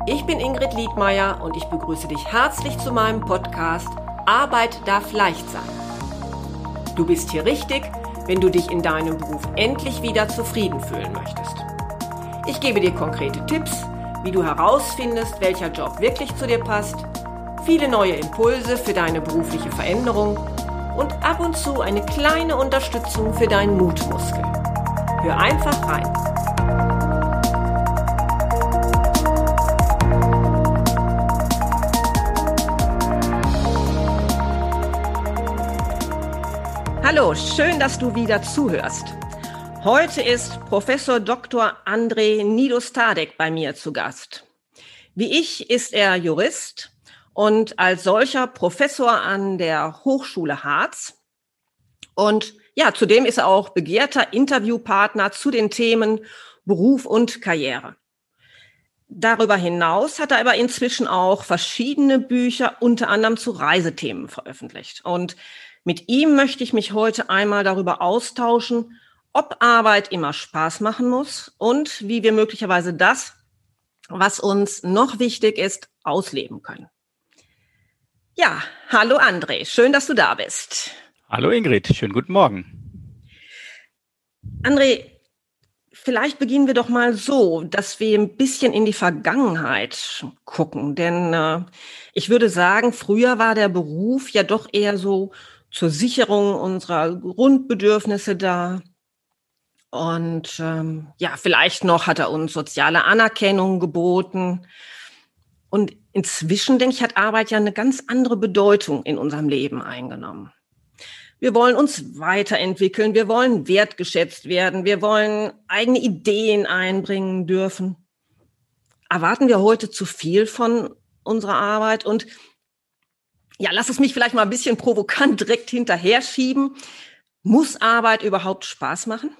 Ich bin Ingrid Liedmeier und ich begrüße dich herzlich zu meinem Podcast Arbeit darf leicht sein. Du bist hier richtig, wenn du dich in deinem Beruf endlich wieder zufrieden fühlen möchtest. Ich gebe dir konkrete Tipps, wie du herausfindest, welcher Job wirklich zu dir passt, viele neue Impulse für deine berufliche Veränderung und ab und zu eine kleine Unterstützung für deinen Mutmuskel. Hör einfach rein. Hallo, schön, dass du wieder zuhörst. Heute ist Professor Dr. Andrej Nidostadek bei mir zu Gast. Wie ich ist er Jurist und als solcher Professor an der Hochschule Harz. Und ja, zudem ist er auch begehrter Interviewpartner zu den Themen Beruf und Karriere. Darüber hinaus hat er aber inzwischen auch verschiedene Bücher, unter anderem zu Reisethemen veröffentlicht. Und mit ihm möchte ich mich heute einmal darüber austauschen, ob Arbeit immer Spaß machen muss und wie wir möglicherweise das, was uns noch wichtig ist, ausleben können. Ja, hallo Andrej, schön, dass du da bist. Hallo Ingrid, schönen guten Morgen. Andrej, vielleicht beginnen wir doch mal so, dass wir ein bisschen in die Vergangenheit gucken. Denn ich würde sagen, früher war der Beruf ja doch eher so zur Sicherung unserer Grundbedürfnisse da. Und ja, vielleicht noch hat er uns soziale Anerkennung geboten. Und inzwischen, denke ich, hat Arbeit ja eine ganz andere Bedeutung in unserem Leben eingenommen. Wir wollen uns weiterentwickeln, wir wollen wertgeschätzt werden, wir wollen eigene Ideen einbringen dürfen. Erwarten wir heute zu viel von unserer Arbeit? Und ja, lass es mich vielleicht mal ein bisschen provokant direkt hinterher schieben. Muss Arbeit überhaupt Spaß machen?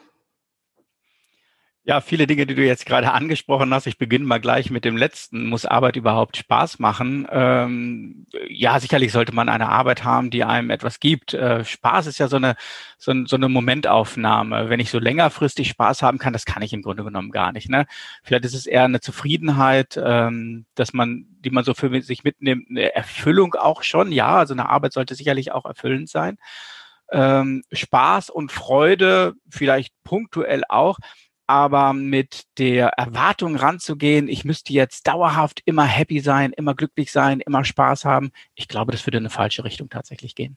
Ja, viele Dinge, die du jetzt gerade angesprochen hast. Ich beginne mal gleich mit dem letzten. Muss Arbeit überhaupt Spaß machen? Ja, sicherlich sollte man eine Arbeit haben, die einem etwas gibt. Spaß ist ja so eine Momentaufnahme. Wenn ich so längerfristig Spaß haben kann, das kann ich im Grunde genommen gar nicht. Ne? Vielleicht ist es eher eine Zufriedenheit, die man so für sich mitnimmt, eine Erfüllung auch schon. Ja, also eine Arbeit sollte sicherlich auch erfüllend sein. Spaß und Freude vielleicht punktuell auch. Aber mit der Erwartung ranzugehen, ich müsste jetzt dauerhaft immer happy sein, immer glücklich sein, immer Spaß haben, ich glaube, das würde in eine falsche Richtung tatsächlich gehen.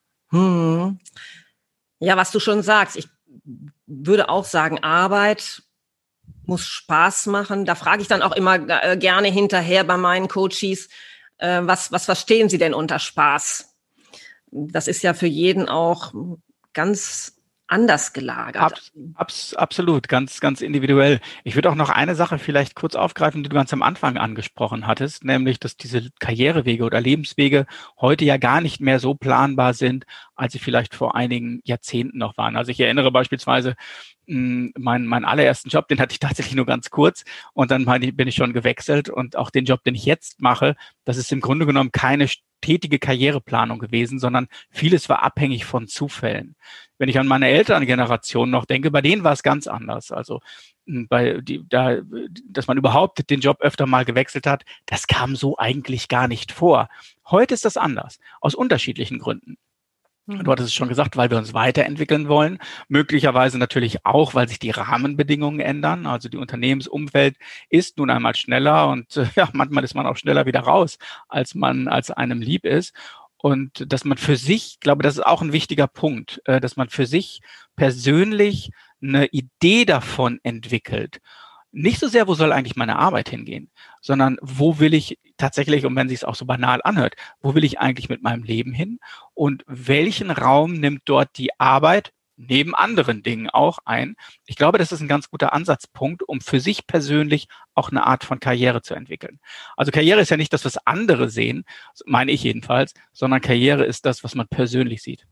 Ja, was du schon sagst, ich würde auch sagen, Arbeit muss Spaß machen. Da frage ich dann auch immer gerne hinterher bei meinen Coaches, was verstehen sie denn unter Spaß? Das ist ja für jeden auch ganz anders gelagert. Absolut, ganz, ganz individuell. Ich würde auch noch eine Sache vielleicht kurz aufgreifen, die du ganz am Anfang angesprochen hattest, nämlich, dass diese Karrierewege oder Lebenswege heute ja gar nicht mehr so planbar sind, als sie vielleicht vor einigen Jahrzehnten noch waren. Also ich erinnere beispielsweise, meinen allerersten Job, den hatte ich tatsächlich nur ganz kurz und dann bin ich schon gewechselt und auch den Job, den ich jetzt mache, das ist im Grunde genommen keine stetige Karriereplanung gewesen, sondern vieles war abhängig von Zufällen. Wenn ich an meine Elterngeneration noch denke, bei denen war es ganz anders. Also dass man überhaupt den Job öfter mal gewechselt hat, das kam so eigentlich gar nicht vor. Heute ist das anders, aus unterschiedlichen Gründen. Du hattest es schon gesagt, weil wir uns weiterentwickeln wollen, möglicherweise natürlich auch, weil sich die Rahmenbedingungen ändern. Also die Unternehmensumwelt ist nun einmal schneller und ja, manchmal ist man auch schneller wieder raus, als einem lieb ist. Und dass man für sich, ich glaube, das ist auch ein wichtiger Punkt, dass man für sich persönlich eine Idee davon entwickelt. Nicht so sehr, wo soll eigentlich meine Arbeit hingehen, sondern wo will ich tatsächlich, und wenn es sich auch so banal anhört, wo will ich eigentlich mit meinem Leben hin und welchen Raum nimmt dort die Arbeit neben anderen Dingen auch ein? Ich glaube, das ist ein ganz guter Ansatzpunkt, um für sich persönlich auch eine Art von Karriere zu entwickeln. Also Karriere ist ja nicht das, was andere sehen, meine ich jedenfalls, sondern Karriere ist das, was man persönlich sieht.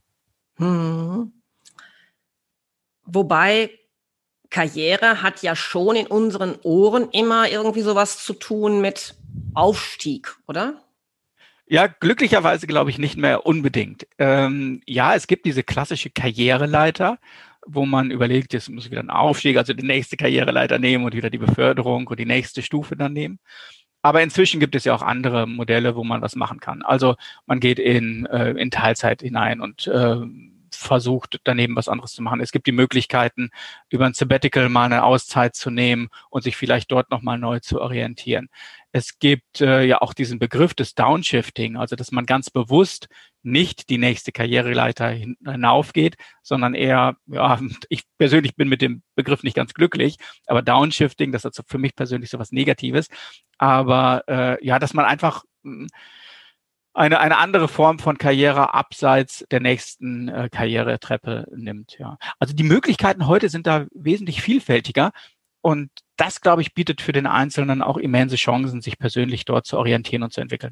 Wobei Karriere hat ja schon in unseren Ohren immer irgendwie sowas zu tun mit Aufstieg, oder? Ja, glücklicherweise glaube ich nicht mehr unbedingt. Ja, es gibt diese klassische Karriereleiter, wo man überlegt, jetzt muss ich wieder einen Aufstieg, also die nächste Karriereleiter nehmen und wieder die Beförderung und die nächste Stufe dann nehmen. Aber inzwischen gibt es ja auch andere Modelle, wo man was machen kann. Also man geht in Teilzeit hinein und versucht, daneben was anderes zu machen. Es gibt die Möglichkeiten, über ein Sabbatical mal eine Auszeit zu nehmen und sich vielleicht dort nochmal neu zu orientieren. Es gibt ja auch diesen Begriff des Downshifting, also dass man ganz bewusst nicht die nächste Karriereleiter hinaufgeht, sondern eher, ja, ich persönlich bin mit dem Begriff nicht ganz glücklich, aber Downshifting, das ist also für mich persönlich so was Negatives, aber ja, dass man einfach eine andere Form von Karriere abseits der nächsten Karrieretreppe nimmt. Ja. Also die Möglichkeiten heute sind da wesentlich vielfältiger und das, glaube ich, bietet für den Einzelnen auch immense Chancen, sich persönlich dort zu orientieren und zu entwickeln.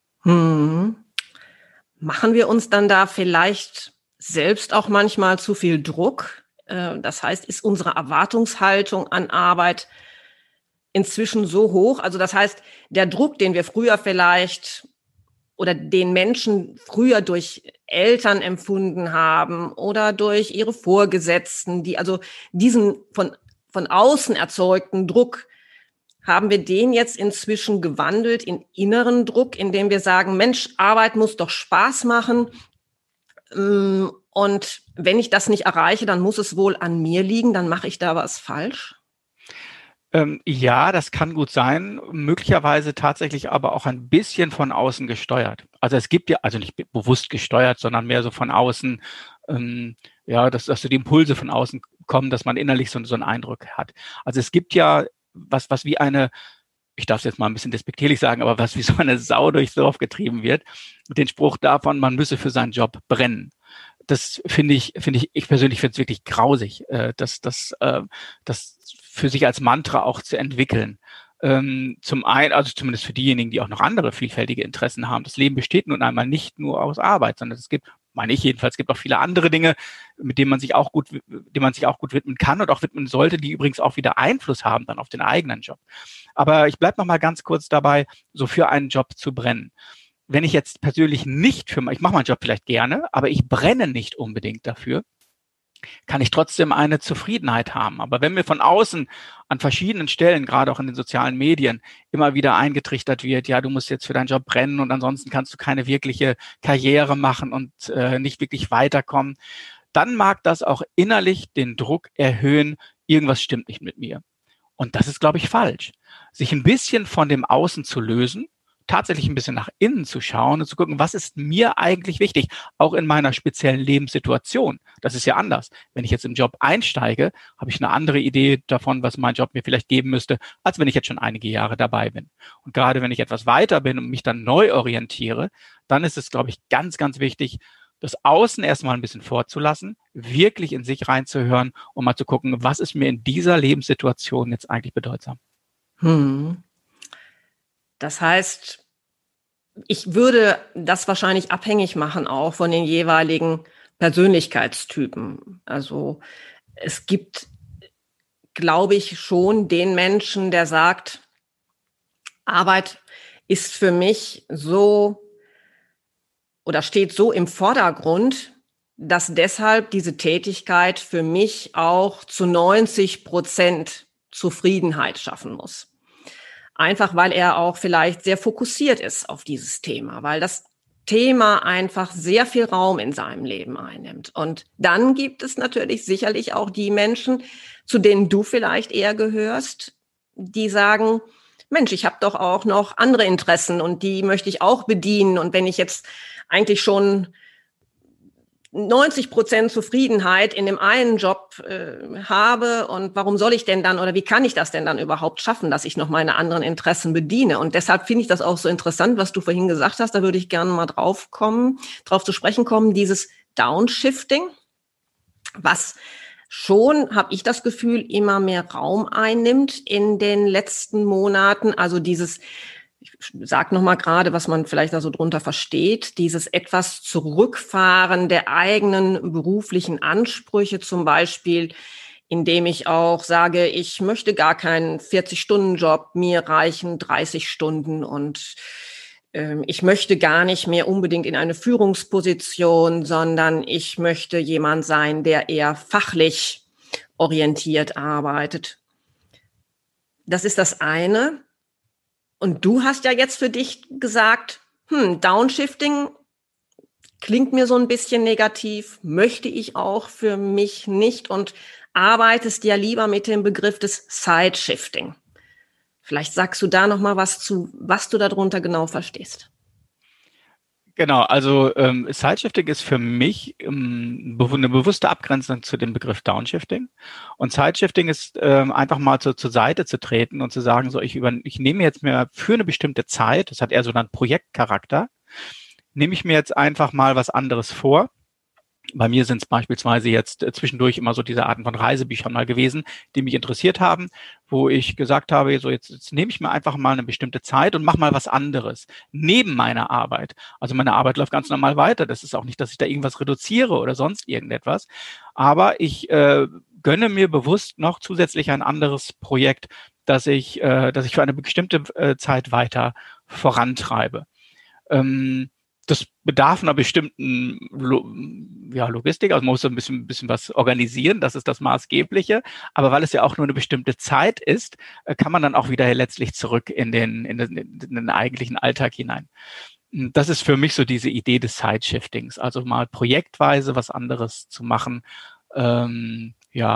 Machen wir uns dann da vielleicht selbst auch manchmal zu viel Druck? Das heißt, ist unsere Erwartungshaltung an Arbeit inzwischen so hoch? Also das heißt, der Druck, den wir früher vielleicht oder den Menschen früher durch Eltern empfunden haben oder durch ihre Vorgesetzten, die also diesen von außen erzeugten Druck, haben wir den jetzt inzwischen gewandelt in inneren Druck, indem wir sagen, Mensch, Arbeit muss doch Spaß machen. Und wenn ich das nicht erreiche, dann muss es wohl an mir liegen, dann mache ich da was falsch. Ja, das kann gut sein, möglicherweise tatsächlich aber auch ein bisschen von außen gesteuert. Also es gibt ja, also nicht bewusst gesteuert, sondern mehr so von außen, ja, dass so die Impulse von außen kommen, dass man innerlich so einen Eindruck hat. Also es gibt ja was wie eine, ich darf es jetzt mal ein bisschen despektierlich sagen, aber was wie so eine Sau durchs Dorf getrieben wird, den Spruch davon, man müsse für seinen Job brennen. Das finde ich persönlich finde es wirklich grausig, das für sich als Mantra auch zu entwickeln. Zum einen, also zumindest für diejenigen, die auch noch andere vielfältige Interessen haben. Das Leben besteht nun einmal nicht nur aus Arbeit, sondern es gibt, meine ich jedenfalls, es gibt auch viele andere Dinge, denen man sich auch gut widmen kann und auch widmen sollte, die übrigens auch wieder Einfluss haben dann auf den eigenen Job. Aber ich bleibe noch mal ganz kurz dabei, so für einen Job zu brennen. Wenn ich jetzt persönlich ich mache meinen Job vielleicht gerne, aber ich brenne nicht unbedingt dafür, kann ich trotzdem eine Zufriedenheit haben. Aber wenn mir von außen an verschiedenen Stellen, gerade auch in den sozialen Medien, immer wieder eingetrichtert wird, ja, du musst jetzt für deinen Job brennen und ansonsten kannst du keine wirkliche Karriere machen und nicht wirklich weiterkommen, dann mag das auch innerlich den Druck erhöhen, irgendwas stimmt nicht mit mir. Und das ist, glaube ich, falsch. Sich ein bisschen von dem Außen zu lösen, tatsächlich ein bisschen nach innen zu schauen und zu gucken, was ist mir eigentlich wichtig, auch in meiner speziellen Lebenssituation. Das ist ja anders. Wenn ich jetzt im Job einsteige, habe ich eine andere Idee davon, was mein Job mir vielleicht geben müsste, als wenn ich jetzt schon einige Jahre dabei bin. Und gerade wenn ich etwas weiter bin und mich dann neu orientiere, dann ist es, glaube ich, ganz, ganz wichtig, das Außen erstmal ein bisschen vorzulassen, wirklich in sich reinzuhören und mal zu gucken, was ist mir in dieser Lebenssituation jetzt eigentlich bedeutsam. Das heißt, ich würde das wahrscheinlich abhängig machen auch von den jeweiligen Persönlichkeitstypen. Also es gibt, glaube ich, schon den Menschen, der sagt, Arbeit ist für mich so oder steht so im Vordergrund, dass deshalb diese Tätigkeit für mich auch zu 90% Zufriedenheit schaffen muss. Einfach weil er auch vielleicht sehr fokussiert ist auf dieses Thema, weil das Thema einfach sehr viel Raum in seinem Leben einnimmt. Und dann gibt es natürlich sicherlich auch die Menschen, zu denen du vielleicht eher gehörst, die sagen, Mensch, ich habe doch auch noch andere Interessen und die möchte ich auch bedienen. Und wenn ich jetzt eigentlich schon 90% Zufriedenheit in dem einen Job habe und warum soll ich denn dann oder wie kann ich das denn dann überhaupt schaffen, dass ich noch meine anderen Interessen bediene? Und deshalb finde ich das auch so interessant, was du vorhin gesagt hast, da würde ich gerne mal drauf zu sprechen kommen, dieses Downshifting, was schon, habe ich das Gefühl, immer mehr Raum einnimmt in den letzten Monaten, also dieses, ich sage nochmal gerade, was man vielleicht da so drunter versteht, dieses etwas Zurückfahren der eigenen beruflichen Ansprüche, zum Beispiel, indem ich auch sage, ich möchte gar keinen 40-Stunden-Job, mir reichen 30 Stunden und ich möchte gar nicht mehr unbedingt in eine Führungsposition, sondern ich möchte jemand sein, der eher fachlich orientiert arbeitet. Das ist das eine. Und du hast ja jetzt für dich gesagt, Downshifting klingt mir so ein bisschen negativ, möchte ich auch für mich nicht und arbeitest ja lieber mit dem Begriff des Sideshifting. Vielleicht sagst du da noch mal was zu, was du darunter genau verstehst. Genau, also Sideshifting ist für mich eine bewusste Abgrenzung zu dem Begriff Downshifting. Und Sideshifting ist einfach mal zur Seite zu treten und zu sagen, so ich nehme jetzt mir für eine bestimmte Zeit, das hat eher so einen Projektcharakter, nehme ich mir jetzt einfach mal was anderes vor. Bei mir sind es beispielsweise jetzt zwischendurch immer so diese Arten von Reisebüchern mal gewesen, die mich interessiert haben, wo ich gesagt habe, so jetzt nehme ich mir einfach mal eine bestimmte Zeit und mache mal was anderes neben meiner Arbeit. Also meine Arbeit läuft ganz normal weiter. Das ist auch nicht, dass ich da irgendwas reduziere oder sonst irgendetwas. Aber ich gönne mir bewusst noch zusätzlich ein anderes Projekt, das ich für eine bestimmte Zeit weiter vorantreibe. Das bedarf einer bestimmten Logistik, also man muss so ein bisschen was organisieren, das ist das Maßgebliche. Aber weil es ja auch nur eine bestimmte Zeit ist, kann man dann auch wieder letztlich zurück in den eigentlichen Alltag hinein. Das ist für mich so diese Idee des Sideshiftings, also mal projektweise was anderes zu machen, um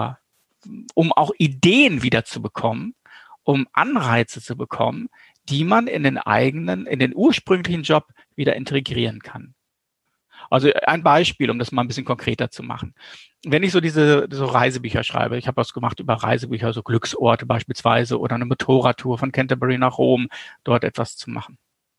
auch Ideen wieder zu bekommen, um Anreize zu bekommen, die man in den ursprünglichen Job wieder integrieren kann. Also ein Beispiel, um das mal ein bisschen konkreter zu machen. Wenn ich so Reisebücher schreibe, ich habe was gemacht über Reisebücher, so Glücksorte beispielsweise oder eine Motorradtour von Canterbury nach Rom, dort etwas zu machen.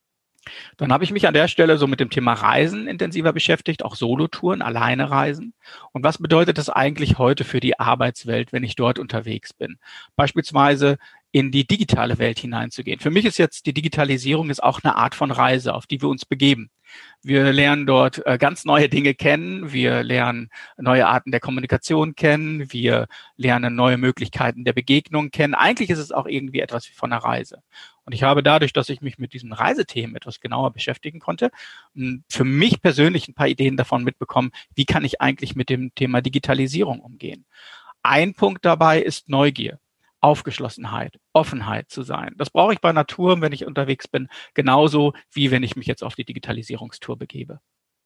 Dann habe ich mich an der Stelle so mit dem Thema Reisen intensiver beschäftigt, auch Solotouren, alleine reisen. Und was bedeutet das eigentlich heute für die Arbeitswelt, wenn ich dort unterwegs bin? Beispielsweise in die digitale Welt hineinzugehen. Für mich ist jetzt die Digitalisierung ist auch eine Art von Reise, auf die wir uns begeben. Wir lernen dort ganz neue Dinge kennen. Wir lernen neue Arten der Kommunikation kennen. Wir lernen neue Möglichkeiten der Begegnung kennen. Eigentlich ist es auch irgendwie etwas wie von einer Reise. Und ich habe dadurch, dass ich mich mit diesen Reisethemen etwas genauer beschäftigen konnte, für mich persönlich ein paar Ideen davon mitbekommen, wie kann ich eigentlich mit dem Thema Digitalisierung umgehen. Ein Punkt dabei ist Neugier. Aufgeschlossenheit, Offenheit zu sein. Das brauche ich bei Natur, wenn ich unterwegs bin, genauso wie wenn ich mich jetzt auf die Digitalisierungstour begebe.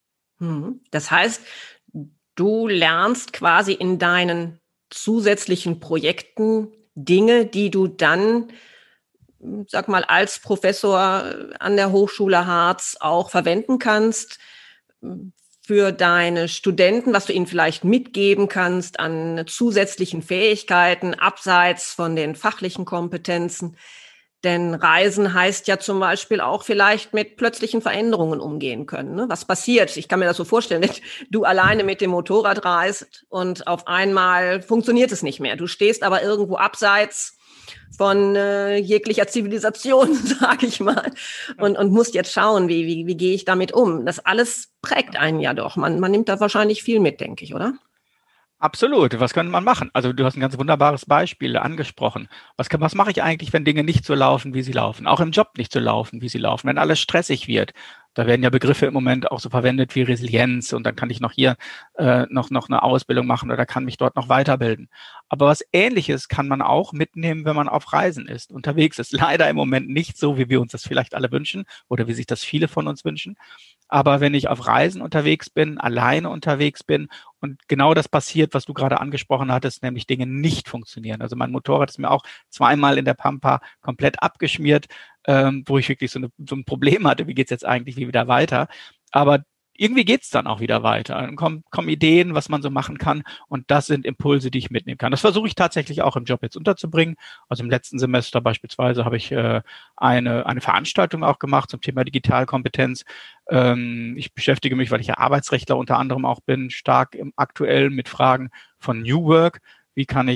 Das heißt, du lernst quasi in deinen zusätzlichen Projekten Dinge, die du dann, sag mal, als Professor an der Hochschule Harz auch verwenden kannst für deine Studenten, was du ihnen vielleicht mitgeben kannst an zusätzlichen Fähigkeiten, abseits von den fachlichen Kompetenzen. Denn Reisen heißt ja zum Beispiel auch vielleicht mit plötzlichen Veränderungen umgehen können. Ne? Was passiert? Ich kann mir das so vorstellen, wenn du alleine mit dem Motorrad reist und auf einmal funktioniert es nicht mehr. Du stehst aber irgendwo abseits von jeglicher Zivilisation, sage ich mal, und musst jetzt schauen, wie gehe ich damit um. Das alles prägt einen ja doch. Man nimmt da wahrscheinlich viel mit, denke ich, oder? Absolut. Was kann man machen? Also du hast ein ganz wunderbares Beispiel angesprochen. Was mache ich eigentlich, wenn Dinge nicht so laufen, wie sie laufen? Auch im Job nicht so laufen, wie sie laufen, wenn alles stressig wird. Da werden ja Begriffe im Moment auch so verwendet wie Resilienz und dann kann ich noch hier noch eine Ausbildung machen oder kann mich dort noch weiterbilden. Aber was Ähnliches kann man auch mitnehmen, wenn man auf Reisen ist, unterwegs ist. Leider im Moment nicht so, wie wir uns das vielleicht alle wünschen oder wie sich das viele von uns wünschen. Aber wenn ich auf Reisen unterwegs bin, alleine unterwegs bin und genau das passiert, was du gerade angesprochen hattest, nämlich Dinge nicht funktionieren. Also mein Motorrad ist mir auch zweimal in der Pampa komplett abgeschmiert, wo ich wirklich so ein Problem hatte, wie geht's jetzt eigentlich wieder weiter. Aber irgendwie geht's dann auch wieder weiter. Dann kommen Ideen, was man so machen kann. Und das sind Impulse, die ich mitnehmen kann. Das versuche ich tatsächlich auch im Job jetzt unterzubringen. Also im letzten Semester beispielsweise habe ich eine Veranstaltung auch gemacht zum Thema Digitalkompetenz. Ich beschäftige mich, weil ich ja Arbeitsrechtler unter anderem auch bin, stark aktuell mit Fragen von New Work. Wie kann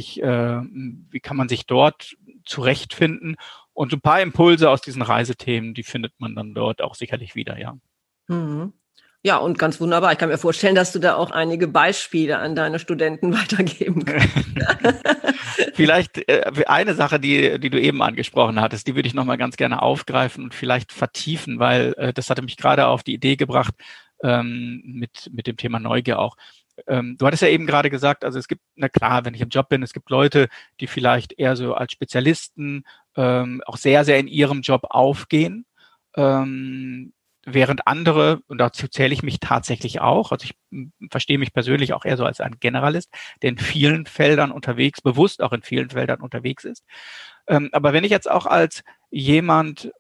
man sich dort zurechtfinden? Und so ein paar Impulse aus diesen Reisethemen, die findet man dann dort auch sicherlich wieder, ja. Mhm. Ja, und ganz wunderbar. Ich kann mir vorstellen, dass du da auch einige Beispiele an deine Studenten weitergeben kannst. Vielleicht eine Sache, die du eben angesprochen hattest, die würde ich nochmal ganz gerne aufgreifen und vielleicht vertiefen, weil das hatte mich gerade auf die Idee gebracht, mit dem Thema Neugier auch. Du hattest ja eben gerade gesagt, also es gibt, na klar, wenn ich im Job bin, es gibt Leute, die vielleicht eher so als Spezialisten auch sehr, sehr in ihrem Job aufgehen, während andere, und dazu zähle ich mich tatsächlich auch, also ich verstehe mich persönlich auch eher so als ein Generalist, der in vielen Feldern unterwegs, bewusst auch in vielen Feldern unterwegs ist. Aber wenn ich jetzt auch als jemand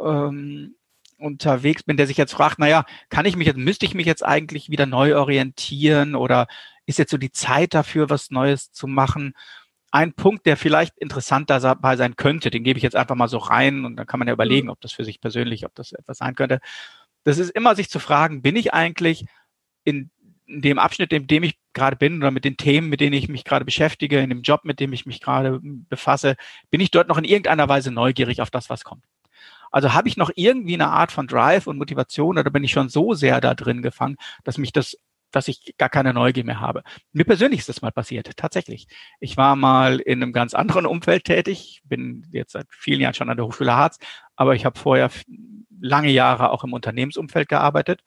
unterwegs bin, der sich jetzt fragt, naja, müsste ich mich jetzt eigentlich wieder neu orientieren oder ist jetzt so die Zeit dafür, was Neues zu machen? Ein Punkt, der vielleicht interessant dabei sein könnte, den gebe ich jetzt einfach mal so rein und dann kann man ja überlegen, ob das für sich persönlich, ob das etwas sein könnte. Das ist immer sich zu fragen, bin ich eigentlich in dem Abschnitt, in dem ich gerade bin oder mit den Themen, mit denen ich mich gerade beschäftige, in dem Job, mit dem ich mich gerade befasse, bin ich dort noch in irgendeiner Weise neugierig auf das, was kommt? Also habe ich noch irgendwie eine Art von Drive und Motivation oder bin ich schon so sehr da drin gefangen, dass ich gar keine Neugier mehr habe. Mir persönlich ist das mal passiert, tatsächlich. Ich war mal in einem ganz anderen Umfeld tätig, bin jetzt seit vielen Jahren schon an der Hochschule Harz, aber ich habe vorher lange Jahre auch im Unternehmensumfeld gearbeitet.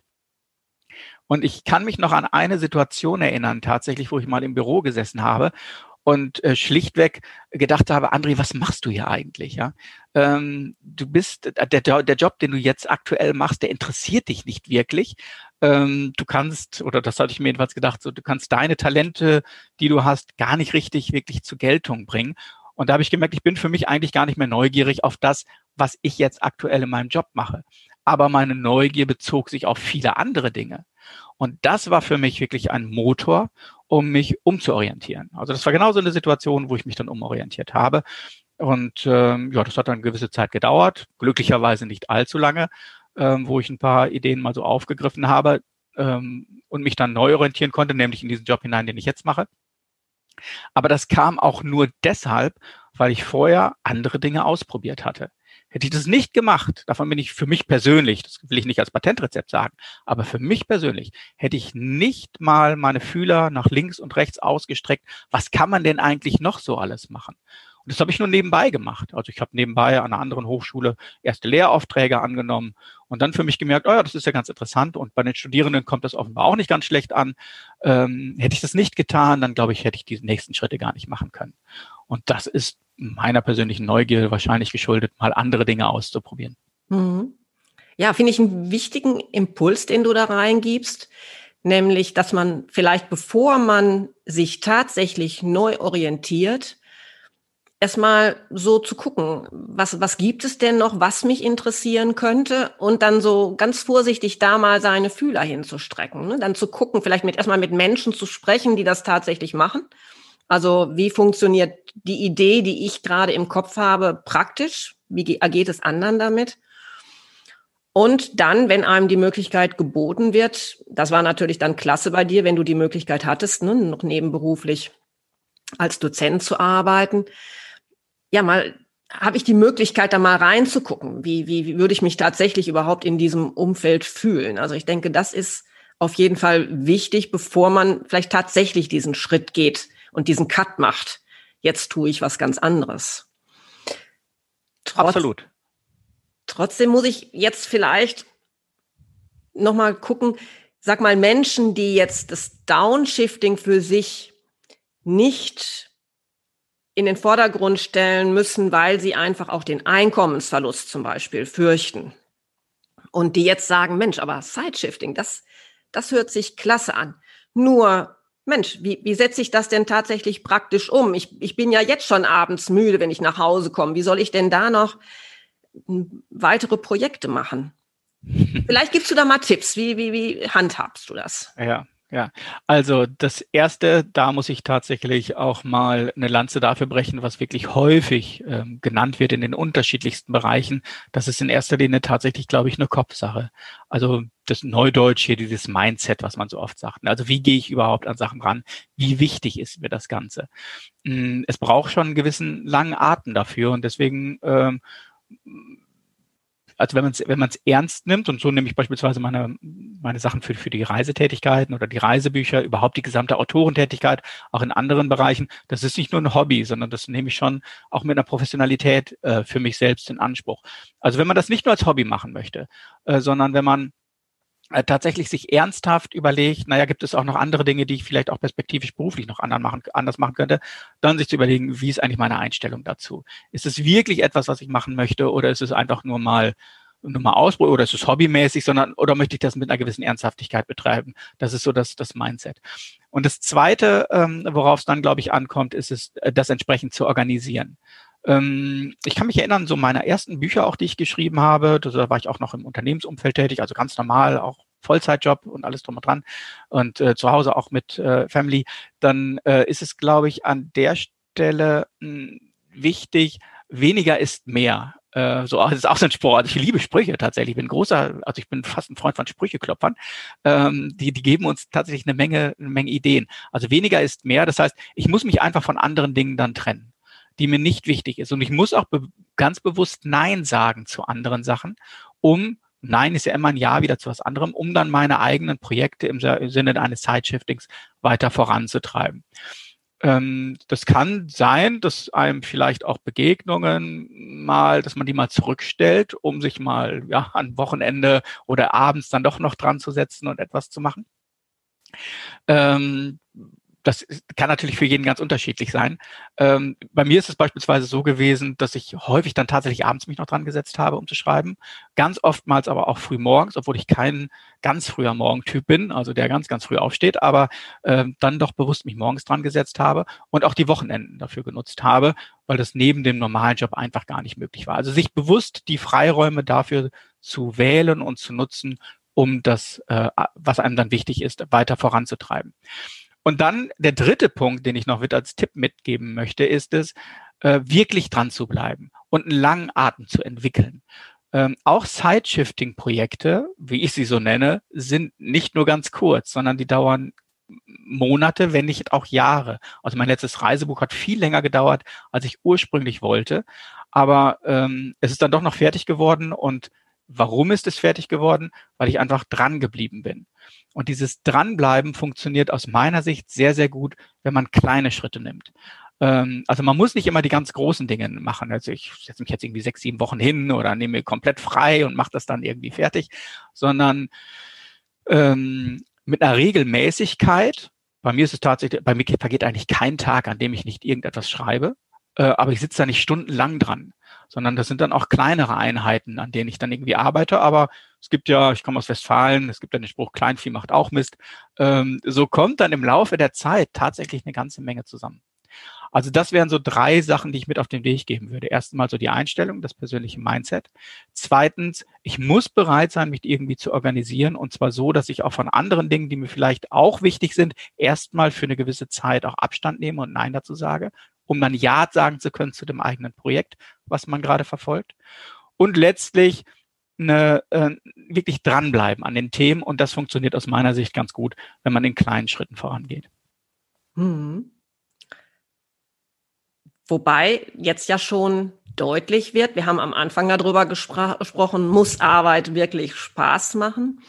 Und ich kann mich noch an eine Situation erinnern, tatsächlich, wo ich mal im Büro gesessen habe und schlichtweg gedacht habe, André, was machst du hier eigentlich? Ja, du bist der Job, den du jetzt aktuell machst, der interessiert dich nicht wirklich. Du kannst, oder das hatte ich mir jedenfalls gedacht, so du kannst deine Talente, die du hast, gar nicht wirklich zur Geltung bringen. Und da habe ich gemerkt, ich bin für mich eigentlich gar nicht mehr neugierig auf das, was ich jetzt aktuell in meinem Job mache. Aber meine Neugier bezog sich auf viele andere Dinge. Und das war für mich wirklich ein Motor, um mich umzuorientieren. Also das war genau so eine Situation, wo ich mich dann umorientiert habe. Und das hat dann eine gewisse Zeit gedauert, glücklicherweise nicht allzu lange, wo ich ein paar Ideen mal so aufgegriffen habe und mich dann neu orientieren konnte, nämlich in diesen Job hinein, den ich jetzt mache. Aber das kam auch nur deshalb, weil ich vorher andere Dinge ausprobiert hatte. Hätte ich das nicht gemacht, davon bin ich für mich persönlich, das will ich nicht als Patentrezept sagen, aber für mich persönlich hätte ich nicht mal meine Fühler nach links und rechts ausgestreckt. Was kann man denn eigentlich noch so alles machen? Und das habe ich nur nebenbei gemacht. Also ich habe nebenbei an einer anderen Hochschule erste Lehraufträge angenommen und dann für mich gemerkt, oh ja, das ist ja ganz interessant und bei den Studierenden kommt das offenbar auch nicht ganz schlecht an. Hätte ich das nicht getan, dann glaube ich, hätte ich diese nächsten Schritte gar nicht machen können. Und das ist meiner persönlichen Neugier wahrscheinlich geschuldet, mal andere Dinge auszuprobieren. Mhm. Ja, finde ich einen wichtigen Impuls, den du da reingibst, nämlich, dass man vielleicht, bevor man sich tatsächlich neu orientiert, erstmal so zu gucken, was gibt es denn noch, was mich interessieren könnte und dann so ganz vorsichtig da mal seine Fühler hinzustrecken, ne? Dann zu gucken, vielleicht erstmal mit Menschen zu sprechen, die das tatsächlich machen. Also wie funktioniert die Idee, die ich gerade im Kopf habe, praktisch? Wie ergeht es anderen damit? Und dann, wenn einem die Möglichkeit geboten wird, das war natürlich dann klasse bei dir, wenn du die Möglichkeit hattest, ne, noch nebenberuflich als Dozent zu arbeiten, ja, habe ich die Möglichkeit, da mal reinzugucken. Wie würde ich mich tatsächlich überhaupt in diesem Umfeld fühlen? Also ich denke, das ist auf jeden Fall wichtig, bevor man vielleicht tatsächlich diesen Schritt geht und diesen Cut macht. Jetzt tue ich was ganz anderes. Absolut. Trotzdem muss ich jetzt vielleicht noch mal gucken, sag mal, Menschen, die jetzt das Downshifting für sich nicht in den Vordergrund stellen müssen, weil sie einfach auch den Einkommensverlust zum Beispiel fürchten. Und die jetzt sagen, Mensch, aber Sideshifting, das hört sich klasse an. Nur, Mensch, wie setze ich das denn tatsächlich praktisch um? Ich bin ja jetzt schon abends müde, wenn ich nach Hause komme. Wie soll ich denn da noch weitere Projekte machen? Vielleicht gibst du da mal Tipps. Wie handhabst du das? Ja. Also das Erste, da muss ich tatsächlich auch mal eine Lanze dafür brechen, was wirklich häufig genannt wird in den unterschiedlichsten Bereichen. Das ist in erster Linie tatsächlich, glaube ich, eine Kopfsache. Also das Neudeutsch hier, dieses Mindset, was man so oft sagt. Also wie gehe ich überhaupt an Sachen ran? Wie wichtig ist mir das Ganze? Es braucht schon einen gewissen langen Atem dafür und deswegen also wenn man es ernst nimmt, und so nehme ich beispielsweise meine Sachen für die Reisetätigkeiten oder die Reisebücher, überhaupt die gesamte Autorentätigkeit, auch in anderen Bereichen, das ist nicht nur ein Hobby, sondern das nehme ich schon auch mit einer Professionalität für mich selbst in Anspruch. Also wenn man das nicht nur als Hobby machen möchte, sondern wenn man tatsächlich sich ernsthaft überlegt, naja, gibt es auch noch andere Dinge, die ich vielleicht auch perspektivisch beruflich noch anders machen könnte, dann sich zu überlegen, wie ist eigentlich meine Einstellung dazu? Ist es wirklich etwas, was ich machen möchte, oder ist es einfach nur mal ausprobieren, oder ist es hobbymäßig, oder möchte ich das mit einer gewissen Ernsthaftigkeit betreiben? Das ist so das Mindset. Und das Zweite, worauf es dann, glaube ich, ankommt, ist es, das entsprechend zu organisieren. Ich kann mich erinnern, so meiner ersten Bücher auch, die ich geschrieben habe, da war ich auch noch im Unternehmensumfeld tätig, also ganz normal, auch Vollzeitjob und alles drum und dran und zu Hause auch mit Family, dann ist es, glaube ich, an der Stelle wichtig, weniger ist mehr. Das ist auch so ein Sport. Ich liebe Sprüche tatsächlich. Ich bin fast ein Freund von Sprücheklopfern. Die geben uns tatsächlich eine Menge Ideen. Also weniger ist mehr. Das heißt, ich muss mich einfach von anderen Dingen dann trennen, die mir nicht wichtig ist. Und ich muss auch ganz bewusst Nein sagen zu anderen Sachen, Nein ist ja immer ein Ja wieder zu was anderem, um dann meine eigenen Projekte im Sinne eines Sideshiftings weiter voranzutreiben. Das kann sein, dass einem vielleicht auch Begegnungen dass man die mal zurückstellt, um sich mal am Wochenende oder abends dann doch noch dran zu setzen und etwas zu machen. Das kann natürlich für jeden ganz unterschiedlich sein. Bei mir ist es beispielsweise so gewesen, dass ich häufig dann tatsächlich abends mich noch dran gesetzt habe, um zu schreiben. Ganz oftmals aber auch früh morgens, obwohl ich kein ganz früher Morgentyp bin, also der ganz, ganz früh aufsteht, aber dann doch bewusst mich morgens dran gesetzt habe und auch die Wochenenden dafür genutzt habe, weil das neben dem normalen Job einfach gar nicht möglich war. Also sich bewusst die Freiräume dafür zu wählen und zu nutzen, um das, was einem dann wichtig ist, weiter voranzutreiben. Und dann der dritte Punkt, den ich noch mit als Tipp mitgeben möchte, ist es, wirklich dran zu bleiben und einen langen Atem zu entwickeln. Auch Side-Shifting-Projekte, wie ich sie so nenne, sind nicht nur ganz kurz, sondern die dauern Monate, wenn nicht auch Jahre. Also mein letztes Reisebuch hat viel länger gedauert, als ich ursprünglich wollte. Aber es ist dann doch noch fertig geworden. Und warum ist es fertig geworden? Weil ich einfach dran geblieben bin. Und dieses Dranbleiben funktioniert aus meiner Sicht sehr, sehr gut, wenn man kleine Schritte nimmt. Also man muss nicht immer die ganz großen Dinge machen. Also ich setze mich jetzt irgendwie 6, 7 Wochen hin oder nehme mir komplett frei und mache das dann irgendwie fertig, sondern mit einer Regelmäßigkeit. Bei mir vergeht eigentlich kein Tag, an dem ich nicht irgendetwas schreibe, aber ich sitze da nicht stundenlang dran, sondern das sind dann auch kleinere Einheiten, an denen ich dann irgendwie arbeite. Aber es gibt ja, ich komme aus Westfalen, es gibt ja den Spruch, Kleinvieh macht auch Mist. So kommt dann im Laufe der Zeit tatsächlich eine ganze Menge zusammen. Also das wären so 3 Sachen, die ich mit auf den Weg geben würde. Erstmal so die Einstellung, das persönliche Mindset. Zweitens, ich muss bereit sein, mich irgendwie zu organisieren, und zwar so, dass ich auch von anderen Dingen, die mir vielleicht auch wichtig sind, erstmal für eine gewisse Zeit auch Abstand nehme und Nein dazu sage, um dann Ja sagen zu können zu dem eigenen Projekt, was man gerade verfolgt. Und letztlich wirklich dranbleiben an den Themen, und das funktioniert aus meiner Sicht ganz gut, wenn man in kleinen Schritten vorangeht. Mhm. Wobei jetzt ja schon deutlich wird, wir haben am Anfang darüber gesprochen, muss Arbeit wirklich Spaß machen?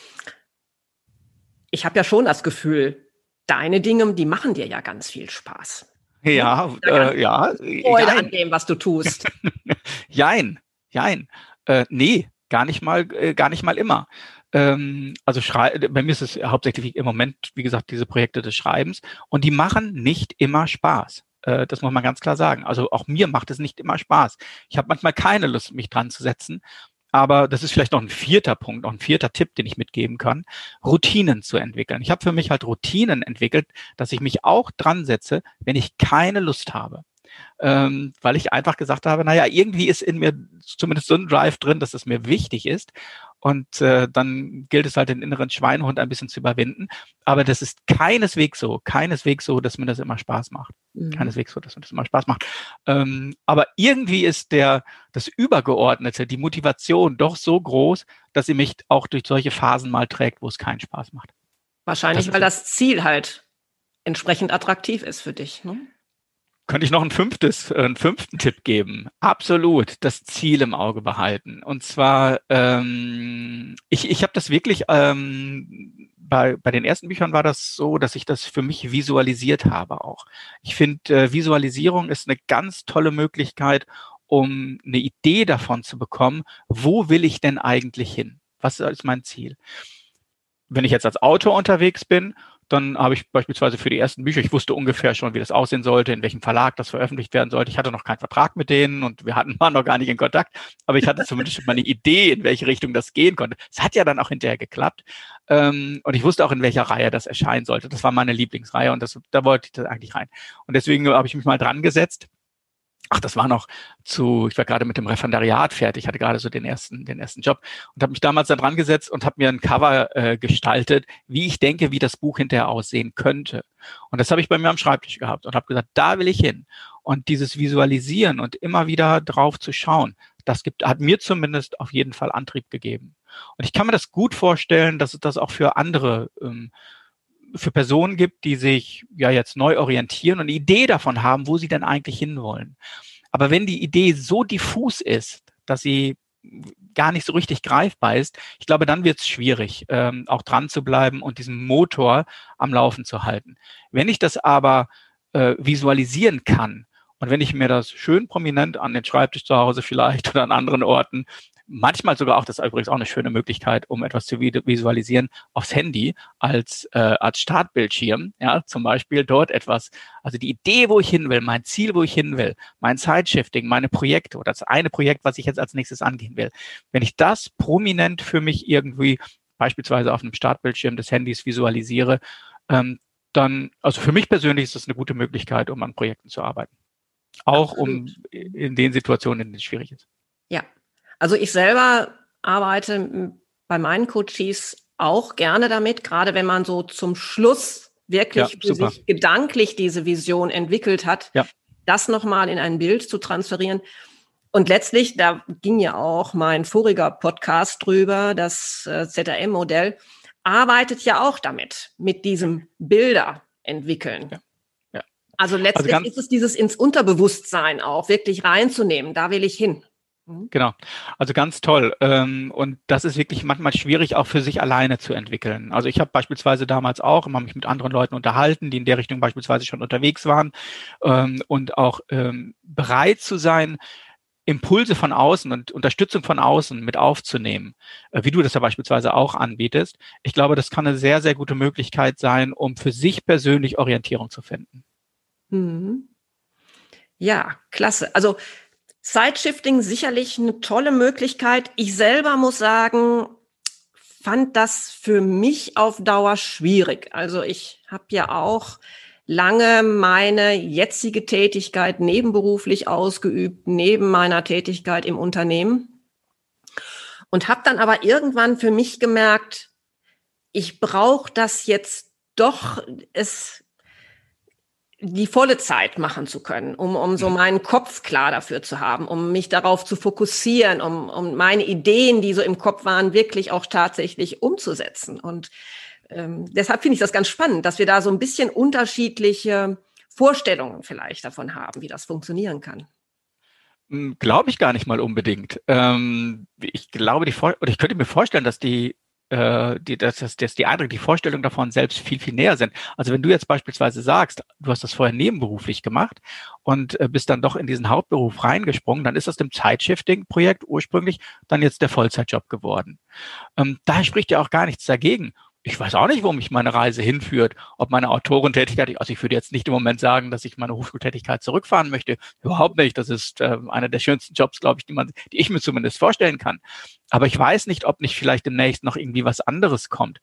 Ich habe ja schon das Gefühl, deine Dinge, die machen dir ja ganz viel Spaß. Ja, Freude an dem, was du tust. Jein. Nee, gar nicht mal immer. Bei mir ist es hauptsächlich im Moment, wie gesagt, diese Projekte des Schreibens, und die machen nicht immer Spaß. Das muss man ganz klar sagen. Also auch mir macht es nicht immer Spaß. Ich habe manchmal keine Lust, mich dran zu setzen. Aber das ist vielleicht noch ein 4. Punkt, noch ein 4. Tipp, den ich mitgeben kann, Routinen zu entwickeln. Ich habe für mich halt Routinen entwickelt, dass ich mich auch dran setze, wenn ich keine Lust habe. Weil ich einfach gesagt habe, naja, irgendwie ist in mir zumindest so ein Drive drin, dass es mir wichtig ist. Und dann gilt es halt, den inneren Schweinehund ein bisschen zu überwinden. Aber das ist keineswegs so, dass mir das immer Spaß macht. Keineswegs so, dass mir das immer Spaß macht. Aber irgendwie ist das Übergeordnete, die Motivation doch so groß, dass sie mich auch durch solche Phasen mal trägt, wo es keinen Spaß macht. Wahrscheinlich, weil das Ziel halt entsprechend attraktiv ist für dich, ne? Könnte ich noch einen 5. Tipp geben? Absolut, das Ziel im Auge behalten. Und zwar, ich habe das wirklich, bei den ersten Büchern war das so, dass ich das für mich visualisiert habe auch. Ich finde, Visualisierung ist eine ganz tolle Möglichkeit, um eine Idee davon zu bekommen, wo will ich denn eigentlich hin? Was ist mein Ziel? wenn ich jetzt als Autor unterwegs bin, dann habe ich beispielsweise für die ersten Bücher, ich wusste ungefähr schon, wie das aussehen sollte, in welchem Verlag das veröffentlicht werden sollte. Ich hatte noch keinen Vertrag mit denen und waren noch gar nicht in Kontakt, aber ich hatte zumindest schon mal eine Idee, in welche Richtung das gehen konnte. Es hat ja dann auch hinterher geklappt. Und ich wusste auch, in welcher Reihe das erscheinen sollte. Das war meine Lieblingsreihe und da wollte ich das eigentlich rein. Und deswegen habe ich mich mal dran gesetzt. Das war noch ich war gerade mit dem Referendariat fertig, hatte gerade so den ersten Job und habe mich damals da dran gesetzt und habe mir ein Cover gestaltet, wie ich denke, wie das Buch hinterher aussehen könnte. Und das habe ich bei mir am Schreibtisch gehabt und habe gesagt, da will ich hin. Und dieses Visualisieren und immer wieder drauf zu schauen, hat mir zumindest auf jeden Fall Antrieb gegeben. Und ich kann mir das gut vorstellen, dass es das auch für andere für Personen gibt, die sich ja jetzt neu orientieren und eine Idee davon haben, wo sie denn eigentlich hinwollen. Aber wenn die Idee so diffus ist, dass sie gar nicht so richtig greifbar ist, ich glaube, dann wird es schwierig, auch dran zu bleiben und diesen Motor am Laufen zu halten. Wenn ich das aber visualisieren kann und wenn ich mir das schön prominent an den Schreibtisch zu Hause vielleicht oder an anderen Orten, manchmal sogar auch, das ist übrigens auch eine schöne Möglichkeit, um etwas zu visualisieren, aufs Handy als Startbildschirm, ja, zum Beispiel dort etwas, also die Idee, wo ich hin will, mein Ziel, wo ich hin will, mein Sideshifting, meine Projekte oder das eine Projekt, was ich jetzt als nächstes angehen will. Wenn ich das prominent für mich irgendwie beispielsweise auf einem Startbildschirm des Handys visualisiere, dann, also für mich persönlich ist das eine gute Möglichkeit, um an Projekten zu arbeiten. Auch Absolut. Um in den Situationen, in denen es schwierig ist. Ja. Also ich selber arbeite bei meinen Coaches auch gerne damit, gerade wenn man so zum Schluss wirklich für sich gedanklich diese Vision entwickelt hat, das nochmal in ein Bild zu transferieren. Und letztlich, da ging ja auch mein voriger Podcast drüber, das ZRM-Modell, arbeitet ja auch damit, mit diesem Bilder entwickeln. Ja. Also letztlich ist es dieses ins Unterbewusstsein auch wirklich reinzunehmen, da will ich hin. Genau, also ganz toll. Und das ist wirklich manchmal schwierig, auch für sich alleine zu entwickeln. Also ich habe beispielsweise damals auch immer mich mit anderen Leuten unterhalten, die in der Richtung beispielsweise schon unterwegs waren und auch bereit zu sein, Impulse von außen und Unterstützung von außen mit aufzunehmen, wie du das ja beispielsweise auch anbietest. Ich glaube, das kann eine sehr, sehr gute Möglichkeit sein, um für sich persönlich Orientierung zu finden. Mhm. Ja, klasse. Also Sideshifting sicherlich eine tolle Möglichkeit. Ich selber muss sagen, fand das für mich auf Dauer schwierig. Also ich habe ja auch lange meine jetzige Tätigkeit nebenberuflich ausgeübt, neben meiner Tätigkeit im Unternehmen. Und habe dann aber irgendwann für mich gemerkt, ich brauche das jetzt doch, die volle Zeit machen zu können, um so meinen Kopf klar dafür zu haben, um mich darauf zu fokussieren, um meine Ideen, die so im Kopf waren, wirklich auch tatsächlich umzusetzen. Und deshalb finde ich das ganz spannend, dass wir da so ein bisschen unterschiedliche Vorstellungen vielleicht davon haben, wie das funktionieren kann. Glaube ich gar nicht mal unbedingt. Ich glaube, ich könnte mir vorstellen, dass die Eindrücke, die Vorstellung davon selbst viel, viel näher sind. Also wenn du jetzt beispielsweise sagst, du hast das vorher nebenberuflich gemacht und bist dann doch in diesen Hauptberuf reingesprungen, dann ist das dem Sideshifting-Projekt ursprünglich dann jetzt der Vollzeitjob geworden. Da spricht ja auch gar nichts dagegen. Ich weiß auch nicht, wo mich meine Reise hinführt, ob meine Autorentätigkeit, also ich würde jetzt nicht im Moment sagen, dass ich meine Hochschultätigkeit zurückfahren möchte. Überhaupt nicht. Das ist einer der schönsten Jobs, glaube ich, die ich mir zumindest vorstellen kann. Aber ich weiß nicht, ob nicht vielleicht demnächst noch irgendwie was anderes kommt.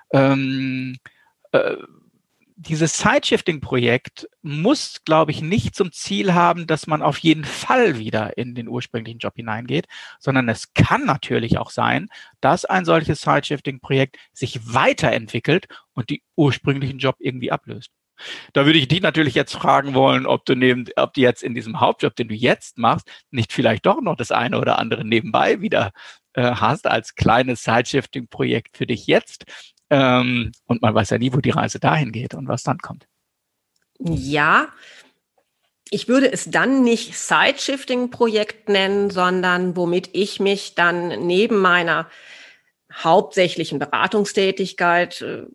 Dieses Sideshifting-Projekt muss, glaube ich, nicht zum Ziel haben, dass man auf jeden Fall wieder in den ursprünglichen Job hineingeht, sondern es kann natürlich auch sein, dass ein solches Sideshifting-Projekt sich weiterentwickelt und die ursprünglichen Job irgendwie ablöst. Da würde ich dich natürlich jetzt fragen wollen, ob du jetzt in diesem Hauptjob, den du jetzt machst, nicht vielleicht doch noch das eine oder andere nebenbei wieder hast als kleines Sideshifting-Projekt für dich jetzt. Und man weiß ja nie, wo die Reise dahin geht und was dann kommt. Ja, ich würde es dann nicht Sideshifting-Projekt nennen, sondern womit ich mich dann neben meiner hauptsächlichen Beratungstätigkeit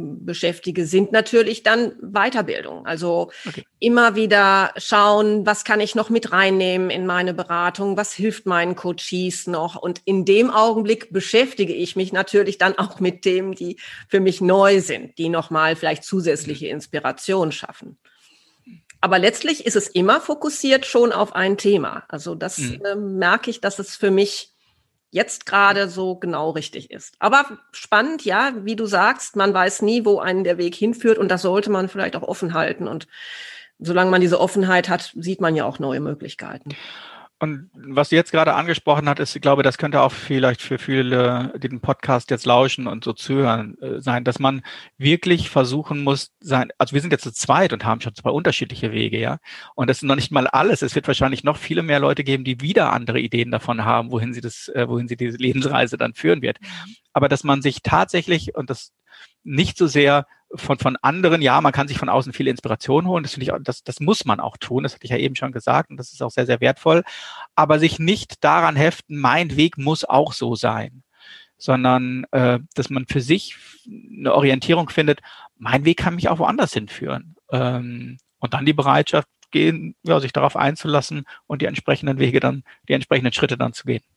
beschäftige, sind natürlich dann Weiterbildung. Also immer wieder schauen, was kann ich noch mit reinnehmen in meine Beratung, was hilft meinen Coaches noch. Und in dem Augenblick beschäftige ich mich natürlich dann auch mit Themen, die für mich neu sind, die nochmal vielleicht zusätzliche Inspiration schaffen. Aber letztlich ist es immer fokussiert schon auf ein Thema. Also das merke ich, dass es für mich jetzt gerade so genau richtig ist. Aber spannend, ja, wie du sagst, man weiß nie, wo einen der Weg hinführt und das sollte man vielleicht auch offen halten. Und solange man diese Offenheit hat, sieht man ja auch neue Möglichkeiten. Und was du jetzt gerade angesprochen hast, ist, ich glaube, das könnte auch vielleicht für viele, die den Podcast jetzt lauschen und so zuhören, sein, dass man wirklich versuchen muss, also wir sind jetzt zu zweit und haben schon 2 unterschiedliche Wege, ja. Und das ist noch nicht mal alles. Es wird wahrscheinlich noch viele mehr Leute geben, die wieder andere Ideen davon haben, wohin sie diese Lebensreise dann führen wird. Aber dass man sich tatsächlich, und das nicht so sehr von anderen, ja, man kann sich von außen viele Inspiration holen, das finde ich, das muss man auch tun, das hatte ich ja eben schon gesagt und das ist auch sehr, sehr wertvoll, aber sich nicht daran heften, mein Weg muss auch so sein, sondern dass man für sich eine Orientierung findet, mein Weg kann mich auch woanders hinführen und dann die Bereitschaft gehen, ja, sich darauf einzulassen und die entsprechenden Schritte dann zu gehen.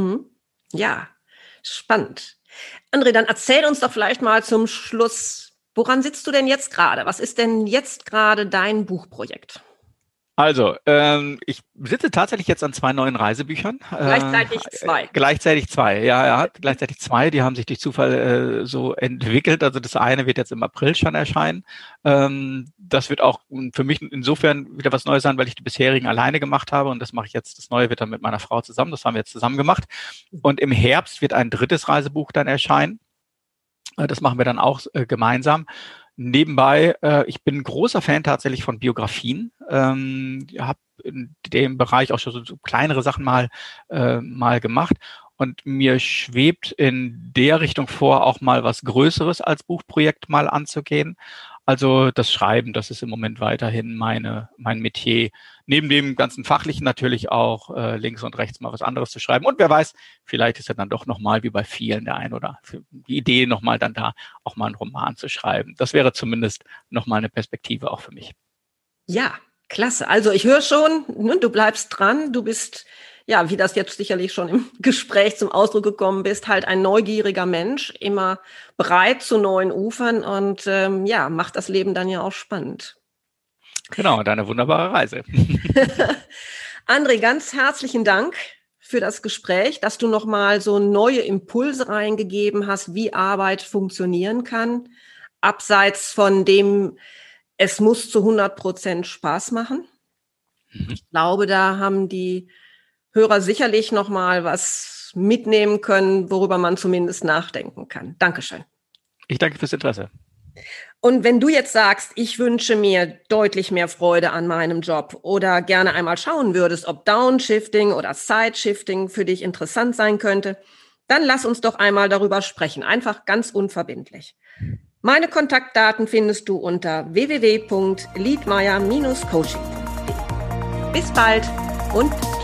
Ja, spannend. André, dann erzähl uns doch vielleicht mal zum Schluss, woran sitzt du denn jetzt gerade? Was ist denn jetzt gerade dein Buchprojekt? Also, ich sitze tatsächlich jetzt an 2 neuen Reisebüchern. Gleichzeitig 2. Gleichzeitig 2, ja, gleichzeitig 2. Die haben sich durch Zufall so entwickelt. Also das eine wird jetzt im April schon erscheinen. Das wird auch für mich insofern wieder was Neues sein, weil ich die bisherigen alleine gemacht habe. Und das mache ich jetzt, das Neue wird dann mit meiner Frau zusammen. Das haben wir jetzt zusammen gemacht. Und im Herbst wird ein 3. Reisebuch dann erscheinen. Das machen wir dann auch gemeinsam. Nebenbei, ich bin ein großer Fan tatsächlich von Biografien. Habe in dem Bereich auch schon so kleinere Sachen mal gemacht. Und mir schwebt in der Richtung vor, auch mal was Größeres als Buchprojekt mal anzugehen. Also das Schreiben, das ist im Moment weiterhin mein Metier. Neben dem ganzen Fachlichen natürlich auch links und rechts mal was anderes zu schreiben. Und wer weiß, vielleicht ist ja dann doch nochmal wie bei vielen der ein oder die Idee nochmal dann da auch mal einen Roman zu schreiben. Das wäre zumindest nochmal eine Perspektive auch für mich. Ja, klasse. Also ich höre schon, du bleibst dran, du bist, ja, wie das jetzt sicherlich schon im Gespräch zum Ausdruck gekommen bist, halt ein neugieriger Mensch, immer bereit zu neuen Ufern und macht das Leben dann ja auch spannend. Genau, deine wunderbare Reise. André, ganz herzlichen Dank für das Gespräch, dass du nochmal so neue Impulse reingegeben hast, wie Arbeit funktionieren kann, abseits von dem, es muss zu 100% Spaß machen. Ich glaube, da haben die Hörer sicherlich noch mal was mitnehmen können, worüber man zumindest nachdenken kann. Dankeschön. Ich danke fürs Interesse. Und wenn du jetzt sagst, ich wünsche mir deutlich mehr Freude an meinem Job oder gerne einmal schauen würdest, ob Downshifting oder Sideshifting für dich interessant sein könnte, dann lass uns doch einmal darüber sprechen. Einfach ganz unverbindlich. Meine Kontaktdaten findest du unter www.liedmeier-coaching.de. Bis bald und